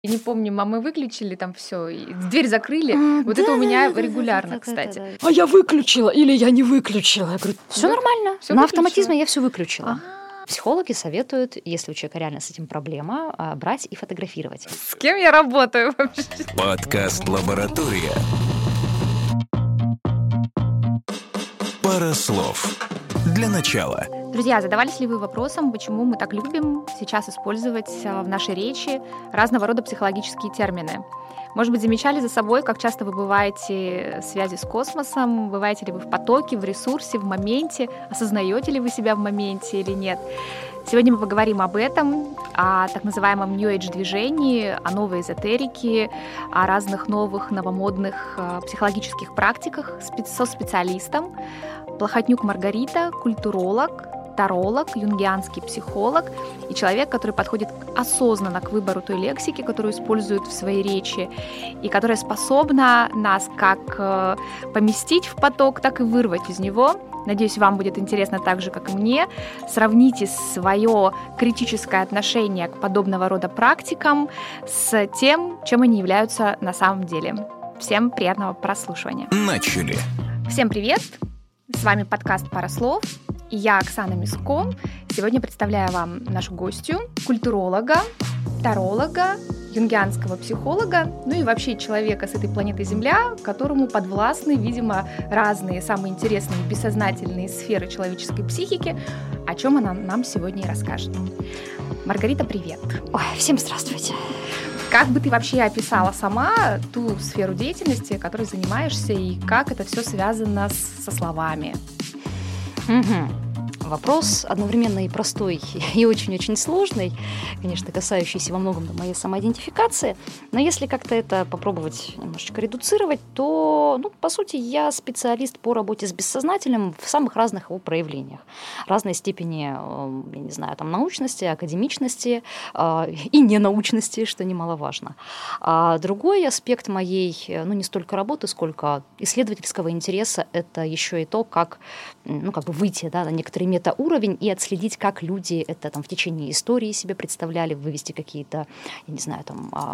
Не помню, мы выключили там все, дверь закрыли. Вот это у меня регулярно, кстати. А я выключила или я не выключила? Я говорю, все нормально. Всё На выключила? автоматизме я все выключила. А, Психологи советуют, если у человека реально с этим проблема, брать и фотографировать. С кем я работаю вообще? Подкаст «Лаборатория». Пара слов. Для начала. Друзья, задавались ли вы вопросом, почему мы так любим сейчас использовать в нашей речи разного рода психологические термины? Может быть, замечали за собой, как часто вы бываете в связи с космосом, бываете ли вы в потоке, в ресурсе, в моменте, осознаете ли вы себя в моменте или нет? Сегодня мы поговорим об этом, о так называемом New Age движении, о новой эзотерике, о разных новых новомодных психологических практиках со специалистом. Плохотнюк Маргарита, культуролог, таролог, юнгианский психолог и человек, который подходит осознанно к выбору той лексики, которую использует в своей речи, и которая способна нас как поместить в поток, так и вырвать из него. Надеюсь, вам будет интересно так же, как и мне. Сравните свое критическое отношение к подобного рода практикам с тем, чем они являются на самом деле. Всем приятного прослушивания. Начали. Всем привет! С вами подкаст «Пара слов». И я, Оксана Миско. Сегодня представляю вам нашу гостью, культуролога, таролога, юнгианского психолога, ну и вообще человека с этой планеты Земля, которому подвластны, видимо, разные самые интересные бессознательные сферы человеческой психики, о чем она нам сегодня и расскажет. Маргарита, привет! Ой, всем здравствуйте! Как бы ты вообще описала сама ту сферу деятельности, которой занимаешься, и как это все связано со словами? Вопрос одновременно и простой, и очень-очень сложный, конечно, касающийся во многом моей самоидентификации, но если как-то это попробовать немножечко редуцировать, то, по сути, я специалист по работе с бессознательным в самых разных его проявлениях. Разной степени, я не знаю, научности, академичности и ненаучности, что немаловажно. А другой аспект моей, не столько работы, сколько исследовательского интереса, это еще и то, как выйти на некоторый метауровень и отследить, как люди это в течение истории себе представляли, вывести какие-то, я не знаю,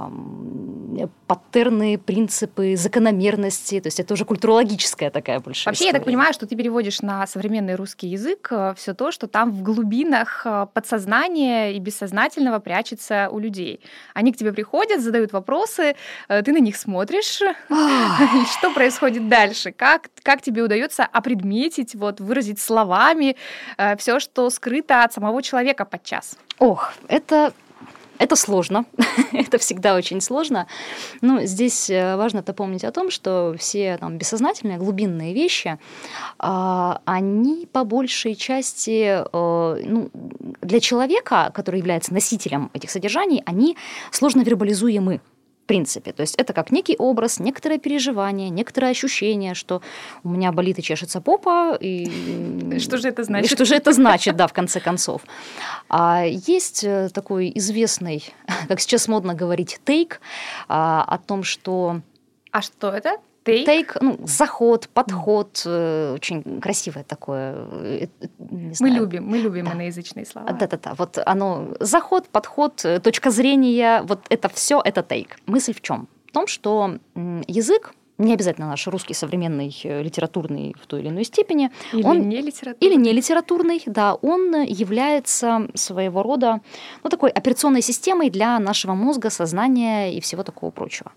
паттерны, принципы, закономерности. То есть это уже культурологическая такая большая Вообще, история. я так понимаю, что ты переводишь на современный русский язык все то, что там в глубинах подсознания и бессознательного прячется у людей. Они к тебе приходят, задают вопросы, ты на них смотришь. Что происходит дальше? Как тебе удается опредметить, выразить словами все, что скрыто от самого человека подчас? Это сложно, это всегда очень сложно. Но здесь важно помнить о том, что все бессознательные, глубинные вещи, они по большей части для человека, который является носителем этих содержаний, они сложно вербализуемы. В принципе. То есть это как некий образ, некоторое переживание, некоторое ощущение, что у меня болит и чешется попа. И что же это значит? Что же это значит, в конце концов. Есть такой известный, как сейчас модно говорить, тейк о том, что... А что это? Тейк, заход, подход, очень красивое такое. Мы любим иноязычные слова. Да. Вот оно, заход, подход, точка зрения, это все, это тейк. Мысль в чем? В том, что язык, не обязательно наш русский современный, литературный в той или иной степени. Или не литературный, да, он является своего рода такой операционной системой для нашего мозга, сознания и всего такого прочего.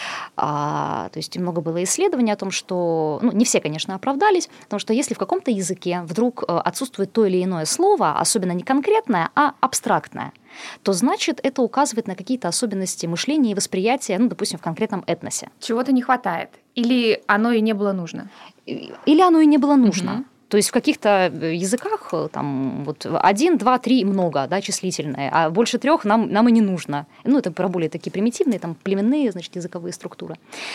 То есть много было исследований о том, что, не все, конечно, оправдались, потому что если в каком-то языке вдруг отсутствует то или иное слово, особенно не конкретное, а абстрактное, то значит это указывает на какие-то особенности мышления и восприятия, допустим, в конкретном этносе. Чего-то не хватает? Или оно и не было нужно? Или оно и не было нужно. То есть в каких-то языках 1, 2, 3 много, числительное, а больше 3 нам и не нужно. Это про более такие примитивные, племенные, языковые структуры.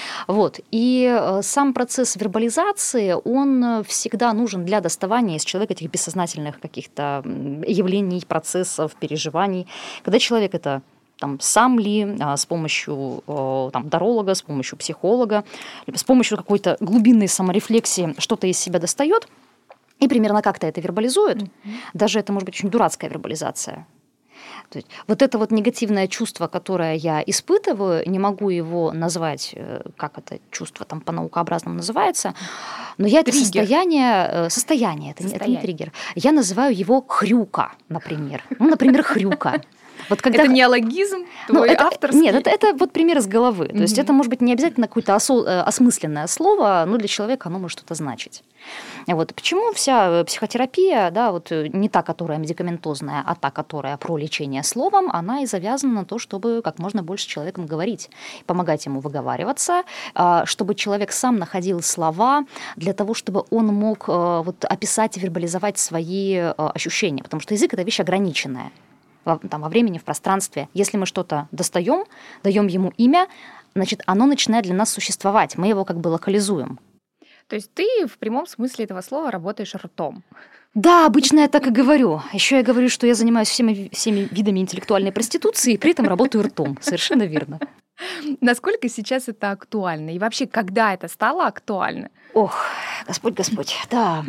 И сам процесс вербализации, он всегда нужен для доставания из человека этих бессознательных каких-то явлений, процессов, переживаний. Когда человек это сам ли, с помощью таролога, с помощью психолога, либо с помощью какой-то глубинной саморефлексии что-то из себя достает, и примерно как-то это вербализует. Даже это может быть очень дурацкая вербализация. То есть вот это вот негативное чувство, которое я испытываю, не могу его назвать, как это чувство там по наукообразному называется, но я это состояние, это не триггер. Я называю его хрюка, например. Например, хрюка. Вот когда... Это неологизм твой авторский? Нет, это вот пример из головы. То есть это может быть не обязательно какое-то осмысленное слово, но для человека оно может что-то значить. Вот. Почему вся психотерапия, да, вот не та, которая медикаментозная, а та, которая про лечение словом, она и завязана на то, чтобы как можно больше с человеком говорить, помогать ему выговариваться, чтобы человек сам находил слова для того, чтобы он мог вот описать и вербализовать свои ощущения, потому что язык – это вещь ограниченная. Во времени, в пространстве. Если мы что-то достаем, даем ему имя, значит, оно начинает для нас существовать. Мы его как бы локализуем. То есть ты в прямом смысле этого слова работаешь ртом? Да, обычно я так и говорю. Еще я говорю, что я занимаюсь всеми видами интеллектуальной проституции и при этом работаю ртом. Совершенно верно. Насколько сейчас это актуально? И вообще, когда это стало актуально? Ох, Господь, да.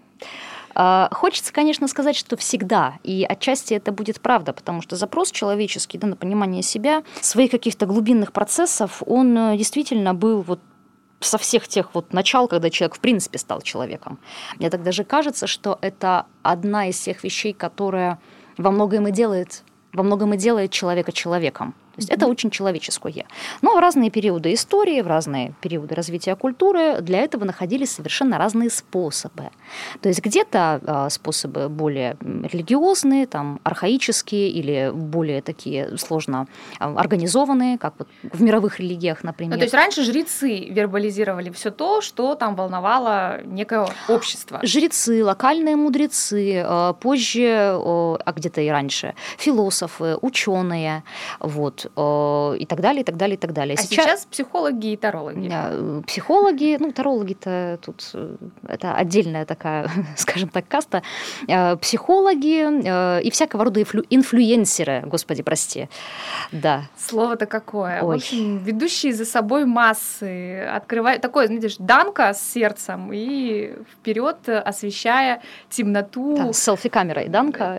Хочется, конечно, сказать, что всегда, и отчасти это будет правда, потому что запрос человеческий, да, на понимание себя, своих каких-то глубинных процессов, он действительно был вот со всех тех вот начал, когда человек в принципе стал человеком. Мне так даже кажется, что это одна из тех вещей, которая во многом и делает человека человеком. То есть это очень человеческое. Но в разные периоды истории, в разные периоды развития культуры для этого находились совершенно разные способы. То есть где-то способы более религиозные, там, архаические или более такие сложно организованные, как вот в мировых религиях, например. Ну, то есть раньше жрецы вербализировали все то, что там волновало некое общество. Жрецы, локальные мудрецы, позже, а где-то и раньше, философы, ученые, вот. И так далее, и так далее, и так далее. А сейчас психологи и тарологи. Психологи, тарологи-то тут это отдельная такая, скажем так, каста. Психологи и всякого рода инфлюенсеры, господи, прости. Да. Слово-то какое. Ой. В общем, ведущие за собой массы, открывают такое, знаешь, данка с сердцем и вперед освещая темноту. Да, с селфи-камерой данка.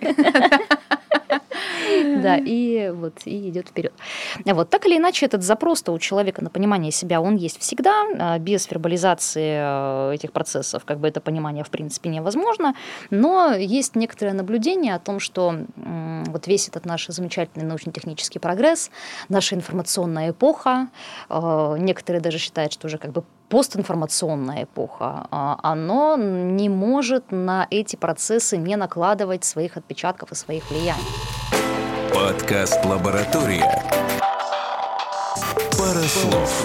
Да, и идет вперед. Вот так или иначе, этот запрос-то у человека на понимание себя, он есть всегда. Без вербализации этих процессов, как бы это понимание в принципе невозможно. Но есть некоторое наблюдение о том, что вот весь этот наш замечательный научно-технический прогресс, наша информационная эпоха, некоторые даже считают, что уже как бы постинформационная эпоха, оно не может на эти процессы не накладывать своих отпечатков и своих влияний. Подкаст «Лаборатория». Пара слов.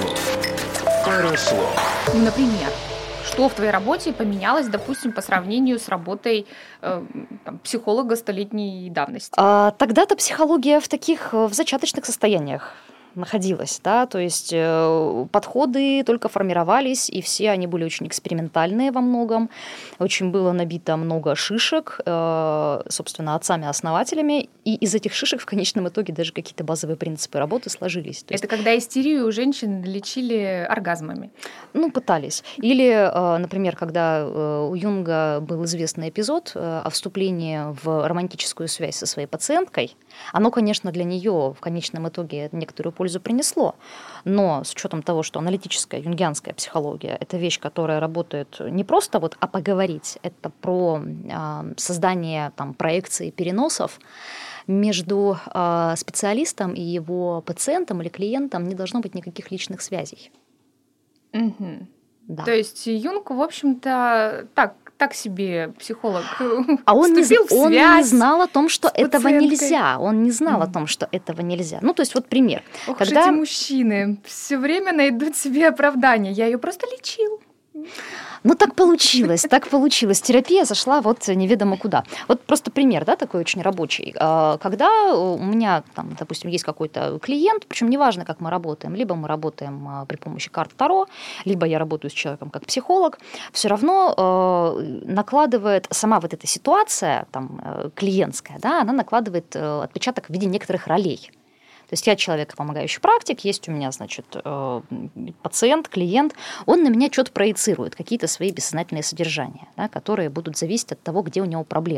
Например, что в твоей работе поменялось, допустим, по сравнению с работой психолога столетней давности? Тогда-то психология в зачаточных состояниях находилась, да, то есть подходы только формировались, и все они были очень экспериментальные во многом, очень было набито много шишек, собственно, отцами-основателями, и из этих шишек в конечном итоге даже какие-то базовые принципы работы сложились. То есть... Это когда истерию у женщин лечили оргазмами? Пытались. Или, например, когда у Юнга был известный эпизод о вступлении в романтическую связь со своей пациенткой, оно, конечно, для нее в конечном итоге некоторую пользу принесло, но с учетом того, что аналитическая юнгианская психология – это вещь, которая работает не просто а поговорить, это про создание проекций переносов, между специалистом и его пациентом или клиентом не должно быть никаких личных связей. Угу. Да. То есть Юнг, в общем-то, так себе психолог. А он не знал о том, что этого нельзя. Он не знал о том, что этого нельзя. То есть пример. Ох, эти мужчины все время найдут себе оправдание. Я ее просто лечил. Так получилось. Терапия зашла неведомо куда. Просто пример, да, такой очень рабочий. Когда у меня, допустим, есть какой-то клиент, причем неважно, как мы работаем, либо мы работаем при помощи карт Таро, либо я работаю с человеком как психолог, все равно накладывает сама эта ситуация клиентская, да, она накладывает отпечаток в виде некоторых ролей. То есть я человек, помогающий практик, есть у меня, пациент, клиент, он на меня что-то проецирует, какие-то свои бессознательные содержания, да, которые будут зависеть от того, где у него проблема.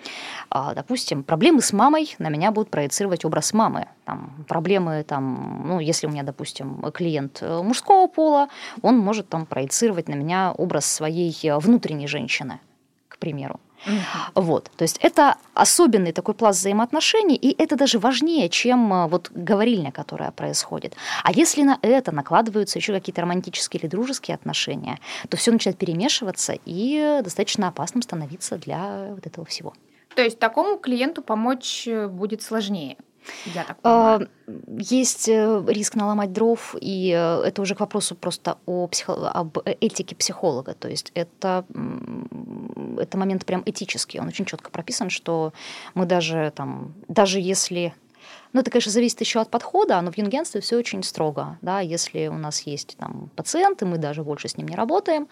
Допустим, проблемы с мамой на меня будут проецировать образ мамы. Там, проблемы, если у меня, допустим, клиент мужского пола, он может проецировать на меня образ своей внутренней женщины, к примеру. Вот. То есть это особенный такой пласт взаимоотношений, и это даже важнее, чем говорильня, которая происходит. А если на это накладываются еще какие-то романтические или дружеские отношения, то все начинает перемешиваться и достаточно опасным становиться для вот этого всего. То есть такому клиенту помочь будет сложнее? Я так понимаю. Есть риск наломать дров, и это уже к вопросу просто об этике психолога. То есть это момент прям этический. Он очень четко прописан, что мы даже если... это, конечно, зависит еще от подхода, но в юнгенстве все очень строго. Да? Если у нас есть пациенты, мы даже больше с ним не работаем,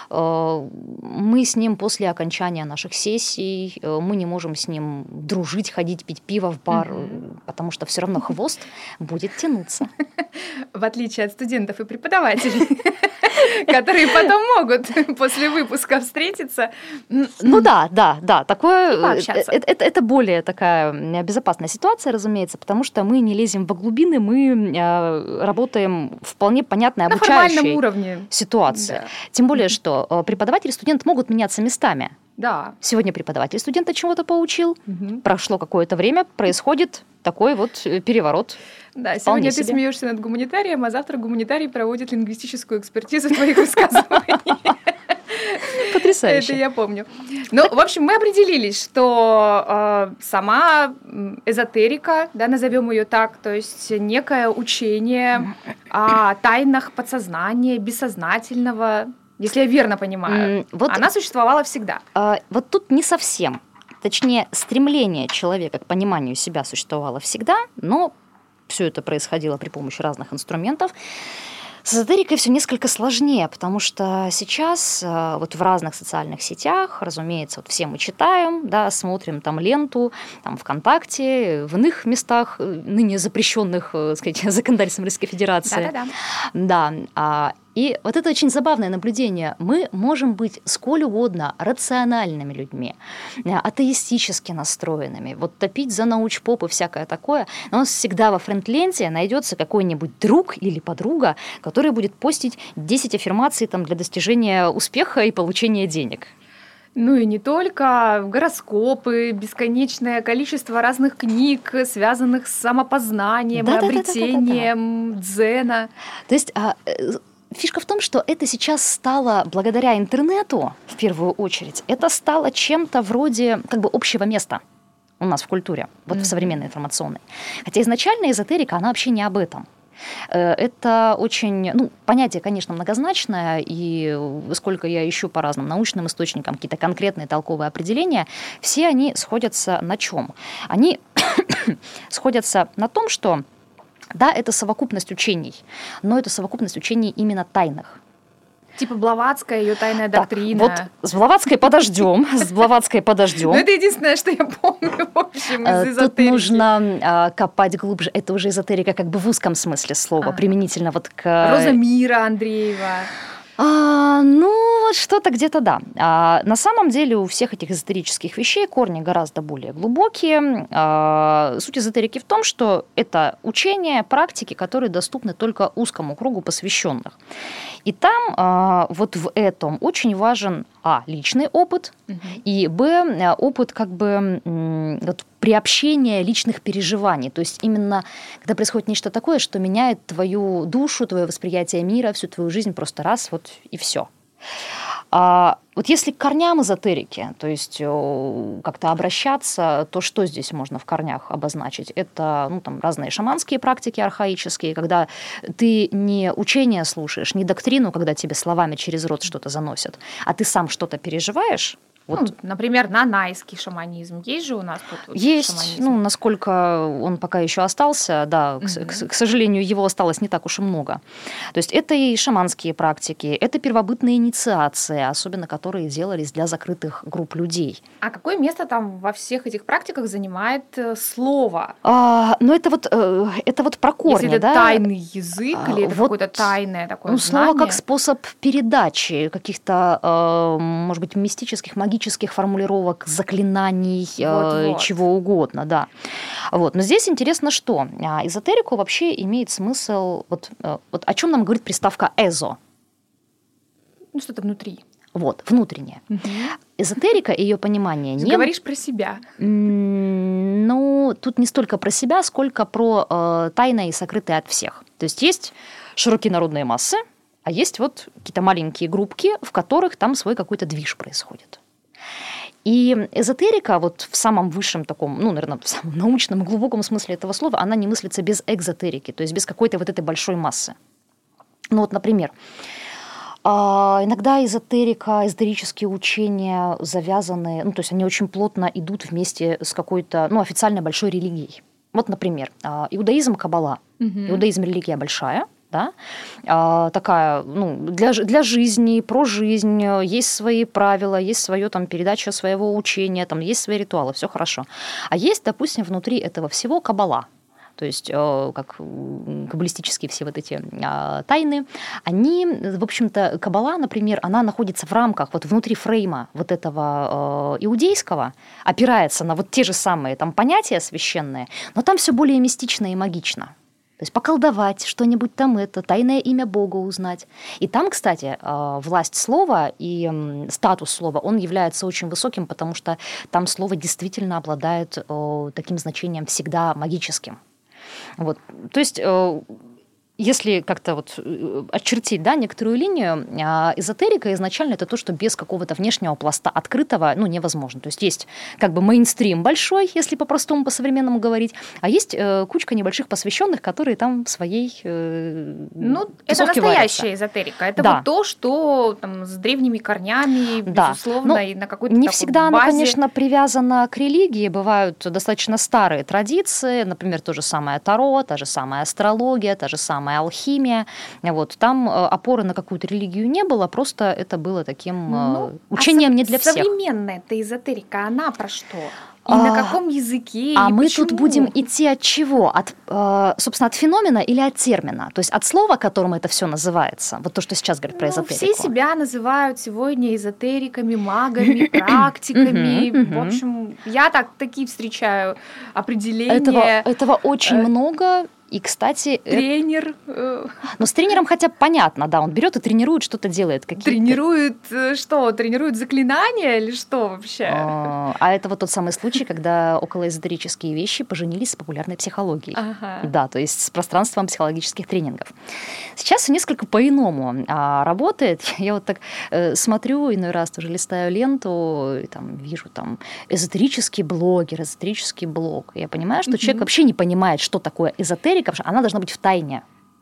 мы с ним после окончания наших сессий, мы не можем с ним дружить, ходить, пить пиво в бар, потому что все равно хвост будет тянуться. В отличие от студентов и преподавателей, которые потом могут после выпуска встретиться. Да, такое... Это более такая безопасная ситуация, разумеется, потому что мы не лезем во глубины, мы работаем в вполне понятной обучающей ситуации. Да. Тем более, что преподаватель и студент могут меняться местами. Да. Сегодня преподаватель студента чему-то поучил, прошло какое-то время, происходит такой переворот. Да, сегодня ты смеешься над гуманитарием, а завтра гуманитарий проводит лингвистическую экспертизу твоих высказываний. Потрясающе. Это я помню. В общем, мы определились, что сама эзотерика, назовем ее так, то есть некое учение о тайнах подсознания, бессознательного, если я верно понимаю, она существовала всегда. Вот тут не совсем. Точнее, стремление человека к пониманию себя существовало всегда, но все это происходило при помощи разных инструментов. С эзотерикой все несколько сложнее, потому что сейчас в разных социальных сетях, разумеется, все мы читаем, смотрим ленту, ВКонтакте, в иных местах, ныне запрещенных, законодательством Российской Федерации. Да. И это очень забавное наблюдение. Мы можем быть сколь угодно рациональными людьми, атеистически настроенными, топить за научпоп и всякое такое, но у нас всегда во френд-ленте найдется какой-нибудь друг или подруга, который будет постить 10 аффирмаций для достижения успеха и получения денег. И не только. Гороскопы, бесконечное количество разных книг, связанных с самопознанием, обретением дзена. То есть... Фишка в том, что это сейчас стало, благодаря интернету, в первую очередь, это стало чем-то вроде общего места у нас в культуре, в современной информационной. Хотя изначально эзотерика, она вообще не об этом. Это очень, понятие, конечно, многозначное, и сколько я ищу по разным научным источникам какие-то конкретные толковые определения, все они сходятся на чем? Они сходятся на том, что да, это совокупность учений, но это совокупность учений именно тайных. Типа Блаватская, ее тайная доктрина. С Блаватской подождем. Это единственное, что я помню, в общем, из эзотерики. Тут нужно копать глубже. Это уже эзотерика в узком смысле слова, применительно к... Роза Мира Андреева. Что-то где-то да. На самом деле у всех этих эзотерических вещей корни гораздо более глубокие. Суть эзотерики в том, что это учения, практики, которые доступны только узкому кругу посвященных. И там в этом очень важен личный опыт, и опыт приобщения личных переживаний. То есть именно когда происходит нечто такое, что меняет твою душу, твое восприятие мира, всю твою жизнь просто раз, и все. Если к корням эзотерики, то есть как-то обращаться, то что здесь можно в корнях обозначить? Это разные шаманские практики архаические, когда ты не учение слушаешь, не доктрину, когда тебе словами через рот что-то заносят, а ты сам что-то переживаешь. Например, нанайский шаманизм. Есть же у нас тут есть, шаманизм? Насколько он пока еще остался, да, к сожалению, его осталось не так уж и много. То есть это и шаманские практики, это первобытные инициации, особенно которые делались для закрытых групп людей. А какое место там во всех этих практиках занимает слово? Это про корни, если это тайный язык или это какое-то тайное такое знание? Слово как способ передачи каких-то, может быть, мистических, магических магических формулировок, заклинаний, Вот-вот. чего угодно, да. Вот. Но здесь интересно, что эзотерику вообще имеет смысл... Вот о чем нам говорит приставка «эзо». Ну, что-то внутри. Вот, внутреннее. Эзотерика и ее понимание... Ты говоришь про себя. Ну, тут не столько про себя, сколько про тайное и сокрытое от всех. То есть широкие народные массы, а есть вот какие-то маленькие группки, в которых там свой какой-то движ происходит. И эзотерика вот в самом высшем таком, ну, наверное, в самом научном и глубоком смысле этого слова, она не мыслится без экзотерики, то есть без какой-то вот этой большой массы. Ну вот, например, иногда эзотерические учения завязаны, ну, то есть они очень плотно идут вместе с какой-то, ну, официальной большой религией. Вот, например, иудаизм, каббала. Иудаизм – религия большая, да, такая, ну, для жизни, про жизнь, есть свои правила, есть свое там передача своего учения, там есть свои ритуалы, все хорошо. А есть, допустим, внутри этого всего каббала. То есть как каббалистические все вот эти тайны, они, в общем-то, каббала, например, она находится в рамках, вот внутри фрейма вот этого иудейского, опирается на вот те же самые там понятия священные, но там все более мистично и магично. То есть поколдовать, что-нибудь там тайное имя Бога узнать. И там, кстати, власть слова и статус слова, он является очень высоким, потому что там слово действительно обладает таким значением всегда магическим. Вот. То есть, если как-то вот очертить, да, некоторую линию, эзотерика изначально это то, что без какого-то внешнего пласта открытого, ну, невозможно. То есть как бы мейнстрим большой, если по-простому, по-современному говорить, а есть кучка небольших посвященных, которые там своей Ну, это настоящая эзотерика. Это вот то, что там, с древними корнями, безусловно, но и на какой-то не такой всегда базе. она, конечно, привязана к религии. Бывают достаточно старые традиции, например, то же самое Таро, та же самая астрология, та же самая алхимия. Вот. Там опоры на какую-то религию не было, просто это было таким учением не для всех. Современная-то эзотерика, она про что? И на каком языке, и мы почему? тут будем идти от чего? Собственно, от феномена или от термина? То есть от слова, которым это все называется? Вот то, что сейчас говорят про эзотерику. Все себя называют сегодня эзотериками, магами, практиками. В общем, я такие встречаю определения. Этого очень много. И, кстати... Тренер. Но с тренером хотя бы понятно, да, он берет и тренирует, что-то делает. Тренирует что? Тренирует заклинания или что вообще? А это вот тот самый случай, когда околоэзотерические вещи поженились с популярной психологией. Ага. Да, то есть с пространством психологических тренингов. Сейчас все несколько по-иному работает. Я вот так смотрю, иной раз тоже листаю ленту, и там вижу там эзотерический блогер, эзотерический блог. Я понимаю, что человек вообще не понимает, что такое эзотерика, потому что она должна быть в тайне.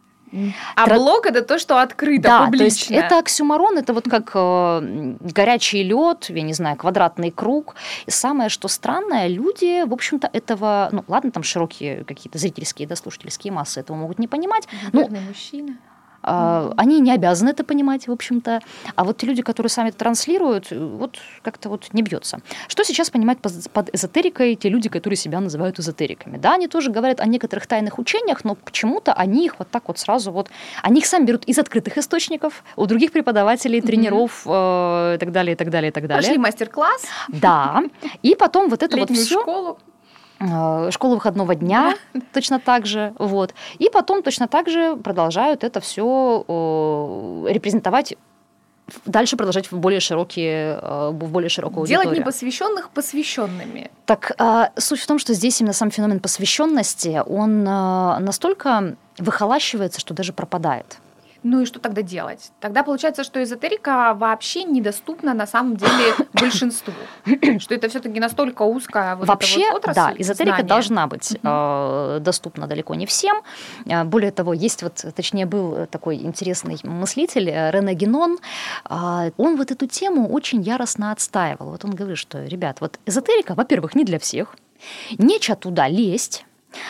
А блог – это то, что открыто, да, публично. То есть это оксюморон, это вот как горячий лед, я не знаю, квадратный круг. И самое, что странное, люди, в общем-то, этого... Ну, ладно, там широкие какие-то зрительские, да, слушательские массы этого могут не понимать. Модерный мужчина. Они не обязаны это понимать, в общем-то. А вот те люди, которые сами это транслируют, вот как-то вот не бьется. Что сейчас понимать под эзотерикой те люди, которые себя называют эзотериками? Да, они тоже говорят о некоторых тайных учениях, но почему-то они их вот так вот сразу вот... Они их сами берут из открытых источников, у других преподавателей, тренеров и так далее, и так далее, и так далее. Прошли мастер-класс. Да. И потом вот это летнюю вот всё... школу. Школу выходного дня точно так же. Вот. И потом точно так же продолжают это все репрезентовать, дальше продолжать в более широкую аудиторию. Делать непосвященных посвященными. Так суть в том, что здесь именно сам феномен посвященности, он настолько выхолащивается, что даже пропадает. Ну и что тогда делать? Тогда получается, что эзотерика вообще недоступна на самом деле большинству. Что это все-таки настолько узкая вот вообще, эта вот отрасль. Да, эзотерика знания. должна быть доступна далеко не всем. Более того, точнее, был такой интересный мыслитель Рене Генон. Он вот эту тему очень яростно отстаивал. Вот он говорит, что, ребят, вот эзотерика, во-первых, не для всех. Нечего туда лезть.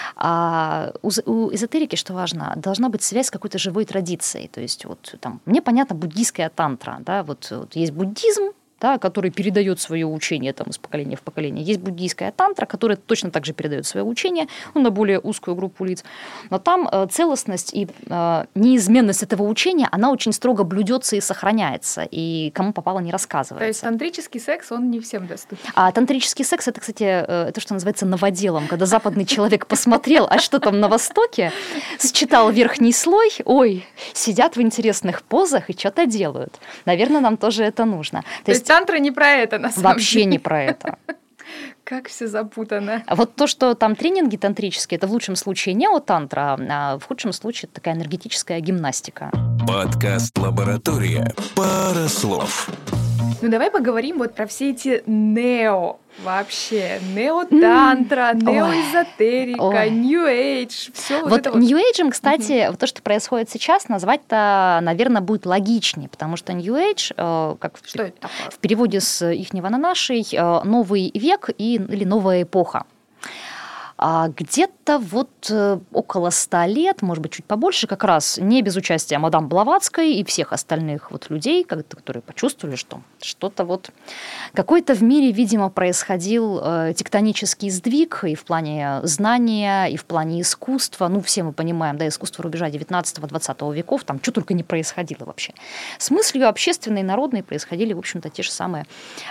А у эзотерики, что важно, должна быть связь с какой-то живой традицией. То есть вот там, мне понятно, буддийская тантра, да, вот есть буддизм, да, который передает свое учение там, из поколения в поколение. Есть буддийская тантра, которая точно так же передает свое учение, на более узкую группу лиц. Но там целостность и неизменность этого учения, она очень строго блюдется и сохраняется, и кому попало не рассказывается. То есть тантрический секс, он не всем доступен. А тантрический секс, это, кстати, это, что называется, новоделом, когда западный человек посмотрел, а что там на Востоке, считал верхний слой, ой, сидят в интересных позах и что-то делают. Наверное, нам тоже это нужно. То есть тантра не про это, на самом деле. Вообще не про это. Как все запутано. А вот то, что там тренинги тантрические, это в лучшем случае неотантра, а в худшем случае это такая энергетическая гимнастика. Подкаст «Лаборатория». Пара слов. Ну, давай поговорим вот про все эти вообще. Неотантра, неоэзотерика, New Age, все вот это вот. New Age, кстати, то, что происходит сейчас, назвать-то, наверное, будет логичнее, потому что New Age, как в переводе с ихнего на нашей, новый век или новая эпоха. Где-то вот около 100 лет, может быть, чуть побольше, как раз не без участия мадам Блаватской и всех остальных вот людей, которые почувствовали, что что-то вот какой-то в мире, видимо, происходил тектонический сдвиг и в плане знания, и в плане искусства. Ну, все мы понимаем, да, искусство рубежа 19-20 веков, там что только не происходило вообще. С мыслью общественной и народной происходили, в общем-то, те же самые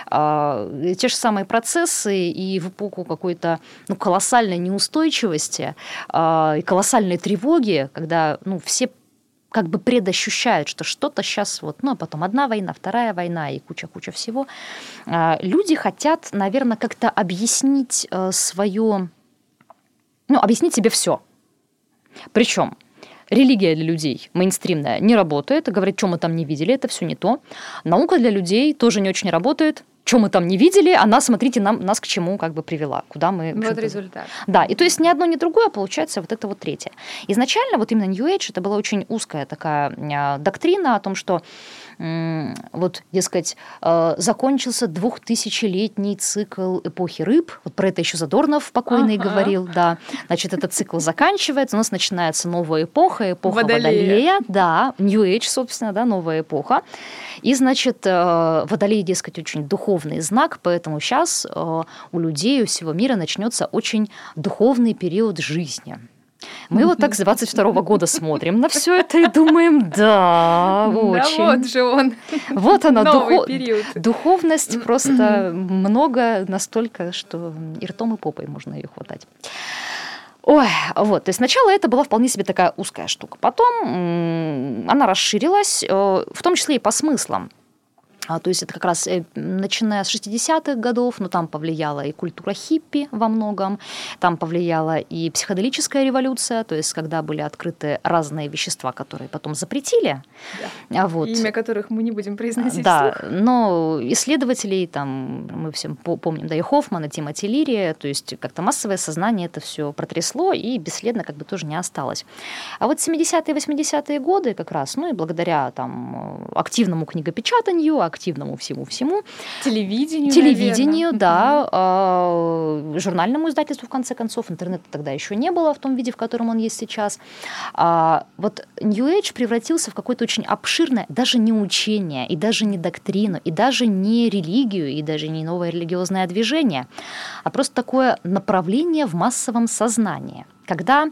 процессы, и в эпоху какой-то колоссальной неустойчивости и колоссальной тревоги, когда все как бы предощущают, что что-то сейчас а потом одна война, вторая война и куча всего. Люди хотят, наверное, как-то объяснить объяснить себе все. Причем религия для людей мейнстримная не работает, говорит, что мы там не видели, это все не то. Наука для людей тоже не очень работает. Что мы там не видели, она, смотрите, нас к чему как бы привела, куда мы... Вот результат. Да, и то есть ни одно, ни другое, получается вот это вот третье. Изначально вот именно New Age это была очень узкая такая доктрина о том, что дескать, закончился 2000-летний цикл эпохи рыб. Вот про это еще Задорнов покойный говорил, да. Значит, этот цикл заканчивается, у нас начинается новая эпоха Водолея. Да, New Age, собственно, да, новая эпоха. И, значит, Водолей, дескать, очень духовный знак, поэтому сейчас у людей, у всего мира начнется очень духовный период жизни. Мы вот так с 22-го года смотрим на все это и думаем, да, очень. Да вот же он. Вот она, новый период. Духовность просто много, настолько, что и ртом, и попой можно ее хватать. Ой, то есть сначала это была вполне себе такая узкая штука. Потом она расширилась, в том числе и по смыслам. То есть это как раз начиная с 60-х годов, но там повлияла и культура хиппи во многом, там повлияла и психоделическая революция, то есть когда были открыты разные вещества, которые потом запретили. Да. Имя которых мы не будем произносить вслух. Но исследователей, там, мы все помним, да, и Хоффман, и Тимоти Лири, то есть как-то массовое сознание это все протрясло и бесследно как бы тоже не осталось. А вот 70-е, 80-е годы как раз, и благодаря там активному книгопечатанию, активному всему-всему. Телевидению, да. Журнальному издательству, в конце концов. Интернета тогда еще не было в том виде, в котором он есть сейчас. Вот New Age превратился в какое-то очень обширное, даже не учение, и даже не доктрину, и даже не религию, и даже не новое религиозное движение, а просто такое направление в массовом сознании. Когда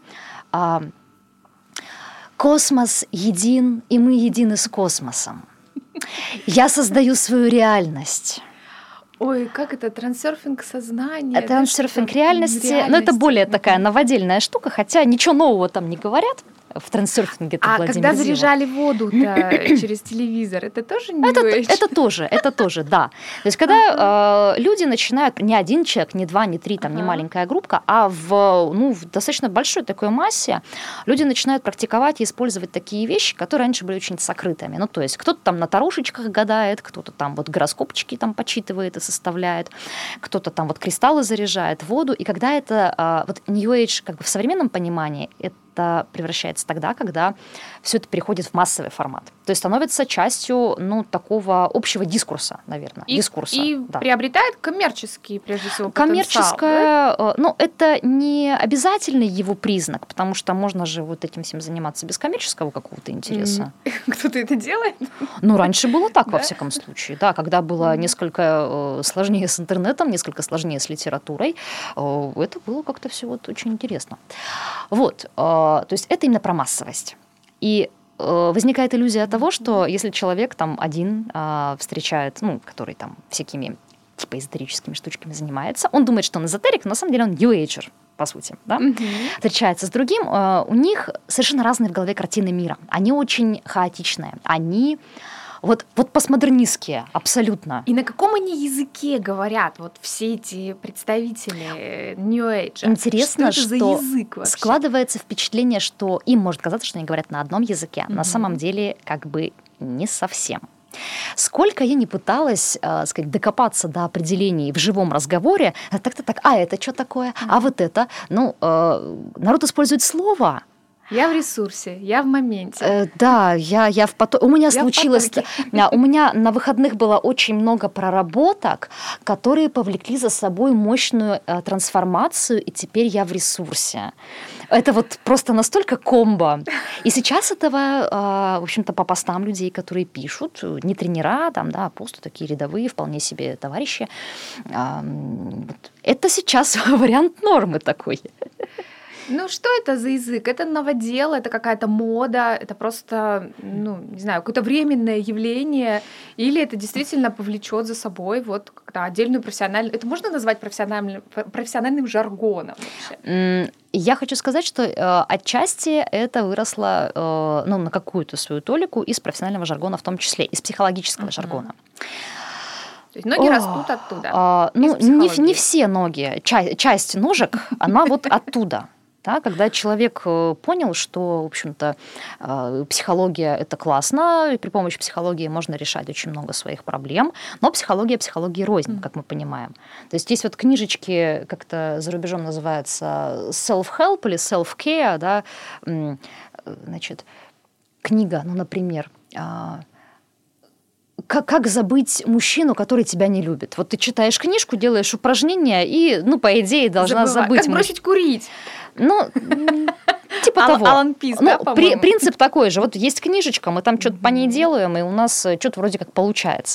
космос един, и мы едины с космосом. Я создаю свою реальность. Ой, как это? Трансерфинг сознания? Трансерфинг реальности. Но это более такая новодельная штука, хотя ничего нового там не говорят. В трансерфинге это Владимир когда заряжали воду-то через телевизор, это тоже New Age? Это тоже, да. То есть когда люди начинают, не один человек, не два, не три, там, не маленькая группка, а в достаточно большой такой массе люди начинают практиковать и использовать такие вещи, которые раньше были очень сокрытыми. Ну, то есть кто-то там на тарушечках гадает, кто-то там вот гороскопчики там почитывает и составляет, кто-то там вот кристаллы заряжает, воду. И когда это вот New Age как бы в современном понимании, это превращается тогда, когда все это переходит в массовый формат. То есть становится частью, такого общего дискурса, наверное. И приобретает коммерческий, прежде всего, потенциал. Коммерческое, да? Это не обязательный его признак, потому что можно же вот этим всем заниматься без коммерческого какого-то интереса. Кто-то это делает? Раньше было так, во всяком случае. Да, когда было несколько сложнее с интернетом, несколько сложнее с литературой, это было как-то все очень интересно. То есть это именно про массовость. И возникает иллюзия того, что если человек там один встречает, который там всякими типа эзотерическими штучками занимается, он думает, что он эзотерик, но на самом деле он нью-эйджер, по сути, да? Встречается с другим, у них совершенно разные в голове картины мира. Они очень хаотичные, они вот постмодернистские, абсолютно. И на каком они языке говорят вот все эти представители New Age? Интересно, что это за язык вообще? Складывается впечатление, что им может казаться, что они говорят на одном языке. На самом деле как бы не совсем. Сколько я не пыталась, докопаться до определений в живом разговоре, так-то так, это что такое, а вот это, народ использует слово. Я в ресурсе, я в моменте. Да, я в потоке. У меня случилось... У меня на выходных было очень много проработок, которые повлекли за собой мощную трансформацию, и теперь я в ресурсе. Это вот просто настолько комбо. И сейчас этого, в общем-то, по постам людей, которые пишут, не тренера, а просто такие рядовые, вполне себе товарищи, это сейчас вариант нормы такой. Что это за язык? Это новодел, это какая-то мода, это просто, не знаю, какое-то временное явление, или это действительно повлечет за собой как-то отдельную профессиональную... Это можно назвать профессиональным жаргоном вообще? Я хочу сказать, что отчасти это выросло на какую-то свою толику из профессионального жаргона, в том числе из психологического жаргона. То есть ноги растут оттуда? Не все ноги, часть ножек, она вот оттуда. Да, когда человек понял, что, в общем-то, психология – это классно, и при помощи психологии можно решать очень много своих проблем, но психология рознь, как мы понимаем. То есть есть книжечки, как-то за рубежом называется self-help или self-care, да, книга, например, как забыть мужчину, который тебя не любит? Вот ты читаешь книжку, делаешь упражнения и, по идее, должна забыть. Как бросить курить? Типа того. Алан Пис, да, по-моему? Принцип такой же. Вот есть книжечка, мы там что-то по ней делаем, и у нас что-то вроде как получается.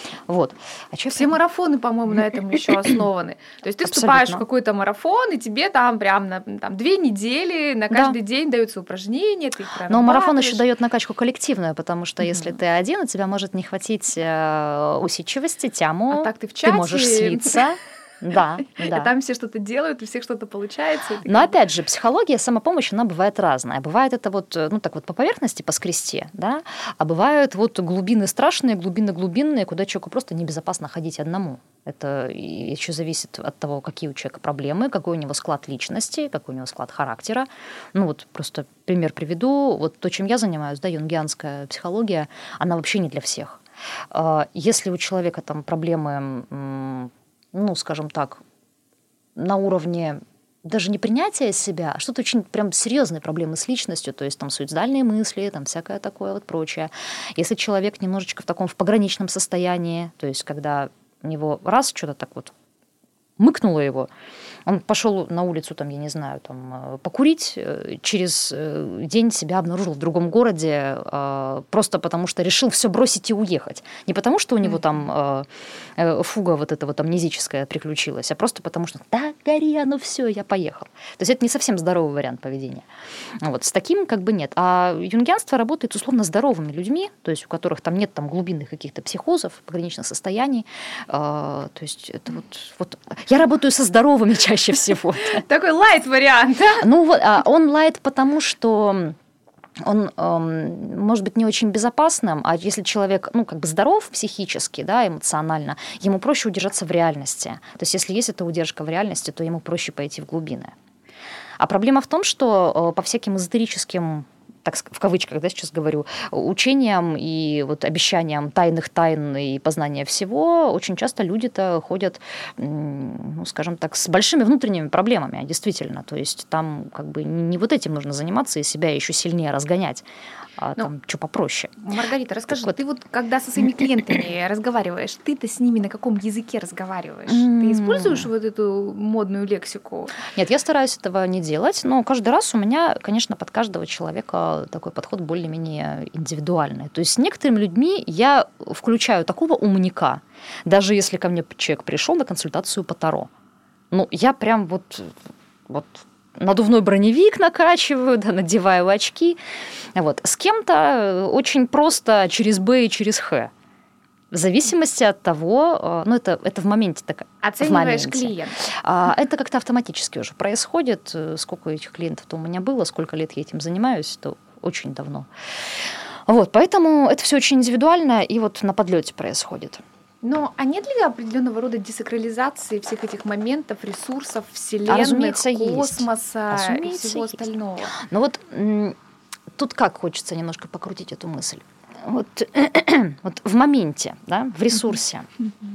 Все марафоны, по-моему, на этом еще основаны. То есть ты вступаешь в какой-то марафон, и тебе там прям на 2 недели на каждый день даются упражнения, ты их прорабатываешь. Но марафон еще дает накачку коллективную, потому что если ты один, у тебя может не хватить усидчивости, тяму, так ты в чате. Ты можешь слиться. Да. И там все что-то делают, у всех что-то получается. Но опять же, психология, самопомощь, она бывает разная. Бывает это по поверхности, по скресте, да, а бывают глубины страшные, глубины глубинные, куда человеку просто небезопасно ходить одному. Это еще зависит от того, какие у человека проблемы, какой у него склад личности, какой у него склад характера. Просто пример приведу. То, чем я занимаюсь, юнгианская психология, она вообще не для всех. Если у человека там проблемы... скажем так, на уровне даже не принятия себя, а что-то очень прям серьезные проблемы с личностью, то есть там суицидальные мысли, там всякое такое прочее. Если человек немножечко в пограничном состоянии, то есть когда у него раз что-то так мыкнуло его, он пошел на улицу, я не знаю, покурить, через день себя обнаружил в другом городе, просто потому что решил все бросить и уехать. Не потому что у него там фуга амнезическая приключилась, а просто потому что гори, все, я поехал. То есть это не совсем здоровый вариант поведения. С таким нет. А юнгианство работает условно здоровыми людьми, то есть у которых там нет глубинных каких-то психозов, пограничных состояний. То есть это я работаю со здоровыми чаще всего. Такой лайт-вариант. Он лайт, потому что он может быть не очень безопасным, а если человек, здоров психически, да, эмоционально, ему проще удержаться в реальности. То есть если есть эта удержка в реальности, то ему проще пойти в глубины. А проблема в том, что по всяким эзотерическим так в кавычках, да, сейчас говорю, учениям и вот обещаниям тайных тайн и познания всего, очень часто люди-то ходят, ну, скажем так, с большими внутренними проблемами, действительно. То есть там как бы не вот этим нужно заниматься и себя еще сильнее разгонять, а там что попроще. Маргарита, расскажи, ты вот когда со своими клиентами разговариваешь, ты-то с ними на каком языке разговариваешь? Ты используешь вот эту модную лексику? Нет, я стараюсь этого не делать, но каждый раз у меня, конечно, под каждого человека такой подход более-менее индивидуальный. То есть с некоторыми людьми я включаю такого умника, даже если ко мне человек пришел на консультацию по Таро. Ну, я прям вот надувной броневик накачиваю, да, надеваю очки. Вот. С кем-то очень просто через Б и через Х. В зависимости от того, ну, это в моменте. Оцениваешь клиента. Это как-то автоматически уже происходит. Сколько этих клиентов-то у меня было, сколько лет я этим занимаюсь, это очень давно. Вот, поэтому это все очень индивидуально и вот на подлете происходит. Но а нет ли определенного рода десакрализации всех этих моментов, ресурсов, вселенных, космоса и всего остального? Ну вот тут как хочется немножко покрутить эту мысль. Вот в моменте, да, в ресурсе.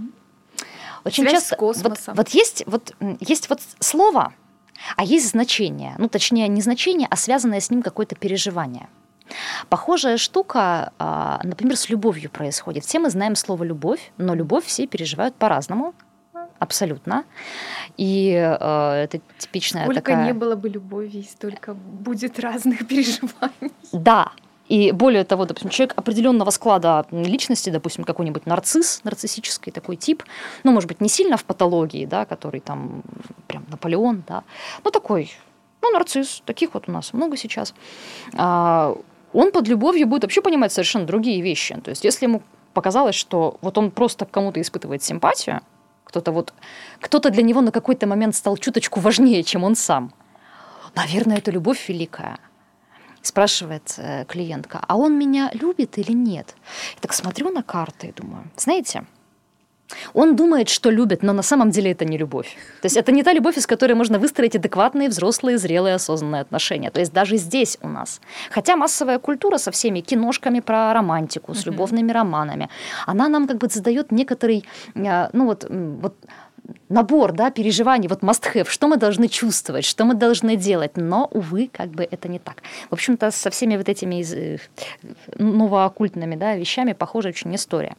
Очень связь часто с космосом. Вот есть слово, а есть значение. Ну, точнее, не значение, а связанное с ним какое-то переживание. Похожая штука, например, с любовью происходит. Все мы знаем слово «любовь», но любовь все переживают по-разному, абсолютно. И это типичная Сколько такая... не было бы любови, столько будет разных переживаний. Да. И более того, допустим, человек определенного склада личности, допустим, какой-нибудь нарциссический такой тип, ну, может быть, не сильно в патологии, да, который там прям Наполеон, да, но такой, ну, нарцисс, таких вот у нас много сейчас. Он под любовью будет вообще понимать совершенно другие вещи. То есть если ему показалось, что вот он просто к кому-то испытывает симпатию, кто-то для него на какой-то момент стал чуточку важнее, чем он сам, наверное, это любовь великая. Спрашивает клиентка, а он меня любит или нет? Я так смотрю на карты и думаю, знаете, он думает, что любит, но на самом деле это не любовь. То есть это не та любовь, из которой можно выстроить адекватные, взрослые, зрелые, осознанные отношения. То есть даже здесь у нас. Хотя массовая культура со всеми киношками про романтику, с любовными романами, она нам как бы задает некоторый, ну вот набор, да, переживаний, вот must-have, что мы должны чувствовать, что мы должны делать, но, увы, как бы это не так. В общем-то, со всеми вот этими новооккультными, да, вещами похожа очень история.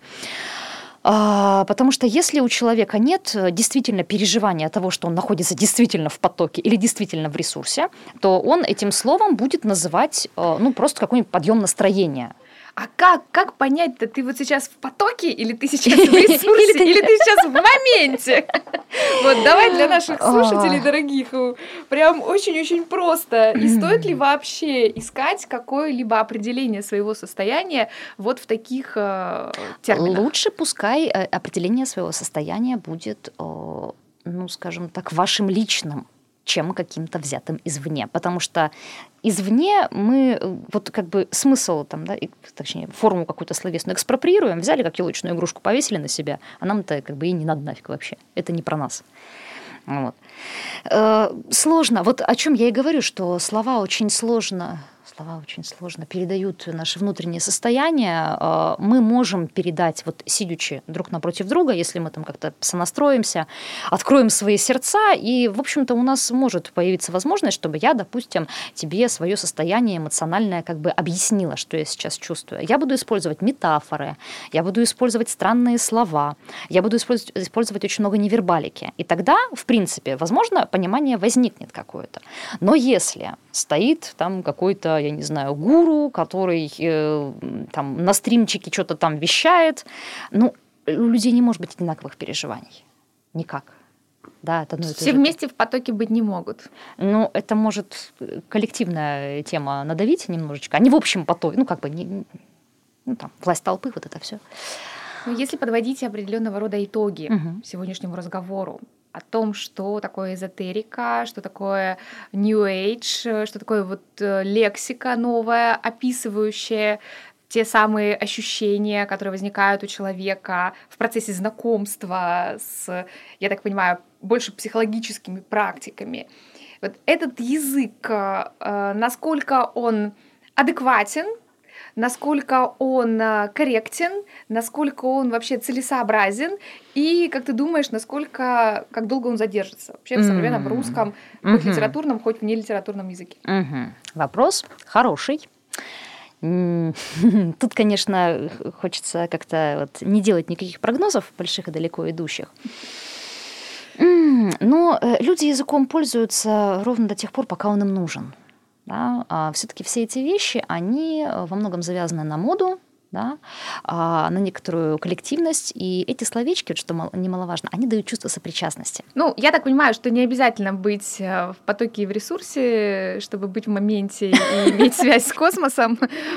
Потому что если у человека нет действительно переживания того, что он находится действительно в потоке или действительно в ресурсе, то он этим словом будет называть, ну, просто какой-нибудь подъем настроения. А как понять-то, ты вот сейчас в потоке, или ты сейчас в ресурсе, или ты сейчас в моменте? Вот давай для наших слушателей дорогих, прям очень-очень просто. И стоит ли вообще искать какое-либо определение своего состояния вот в таких терминах? Лучше пускай определение своего состояния будет, ну, скажем так, вашим личным, чем каким-то взятым извне. Потому что извне мы вот как бы смысл, там, да, точнее, форму какую-то словесную экспроприируем, взяли как елочную игрушку, повесили на себя, а нам-то как бы и не надо нафиг вообще. Это не про нас. Вот. Сложно. Вот о чем я и говорю, что слова очень сложно передают наше внутреннее состояние. Мы можем передать, вот сидячи друг напротив друга, если мы там как-то сонастроимся, откроем свои сердца, и, в общем-то, у нас может появиться возможность, чтобы я, допустим, тебе свое состояние эмоциональное как бы объяснила, что я сейчас чувствую. Я буду использовать метафоры, я буду использовать странные слова, я буду использовать очень много невербалики. И тогда, в принципе, возможно, понимание возникнет какое-то. Но если стоит там какой-то, я не знаю, гуру, который там на стримчике что-то там вещает, ну, у людей не может быть одинаковых переживаний. Никак. Да, это, все вместе в потоке быть не могут. Ну, это может коллективная тема надавить немножечко, а не в общем потоке, ну, как бы, ну, там, власть толпы, вот это все. Но если подводить определенного рода итоги сегодняшнему разговору, о том, что такое эзотерика, что такое New Age, что такое вот лексика новая, описывающая те самые ощущения, которые возникают у человека в процессе знакомства с, я так понимаю, больше психологическими практиками. Вот этот язык, насколько он адекватен, насколько он корректен, насколько он вообще целесообразен, и, как ты думаешь, как долго он задержится вообще в современном русском, хоть литературном, хоть в нелитературном языке? Вопрос хороший. Тут, конечно, хочется как-то не делать никаких прогнозов больших и далеко идущих. Но люди языком пользуются ровно до тех пор, пока он им нужен. Да? А все-таки все эти вещи, они во многом завязаны на моду, да, на некоторую коллективность, и эти словечки, что немаловажно, они дают чувство сопричастности. Я так понимаю, что не обязательно быть в потоке и в ресурсе, чтобы быть в моменте и иметь связь с космосом.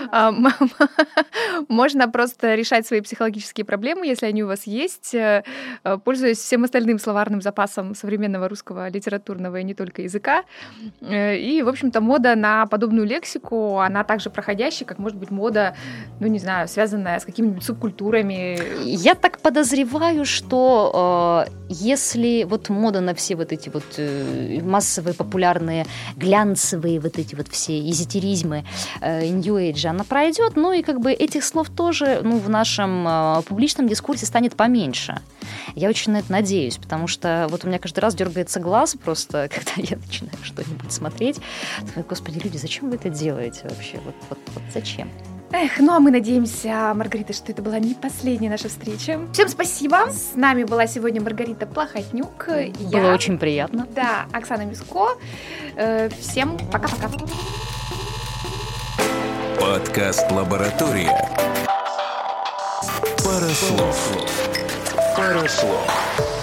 Можно просто решать свои психологические проблемы, если они у вас есть, пользуясь всем остальным словарным запасом современного русского литературного и не только языка. И, в общем-то, мода на подобную лексику, она также проходящая, как может быть мода, не знаю, связанная с какими-нибудь субкультурами. Я так подозреваю, что если мода на все эти массовые, популярные, глянцевые эти все эзотеризмы, New Age, она пройдет, и этих слов тоже в нашем публичном дискурсе станет поменьше. Я очень на это надеюсь, потому что у меня каждый раз дергается глаз просто, когда я начинаю что-нибудь смотреть. Господи, люди, зачем вы это делаете вообще? Зачем? А мы надеемся, Маргарита, что это была не последняя наша встреча. Всем спасибо. С нами была сегодня Маргарита Плохотнюк. Было очень приятно. Да, Оксана Миско. Всем пока-пока. Подкаст «Лаборатория». Пара слов.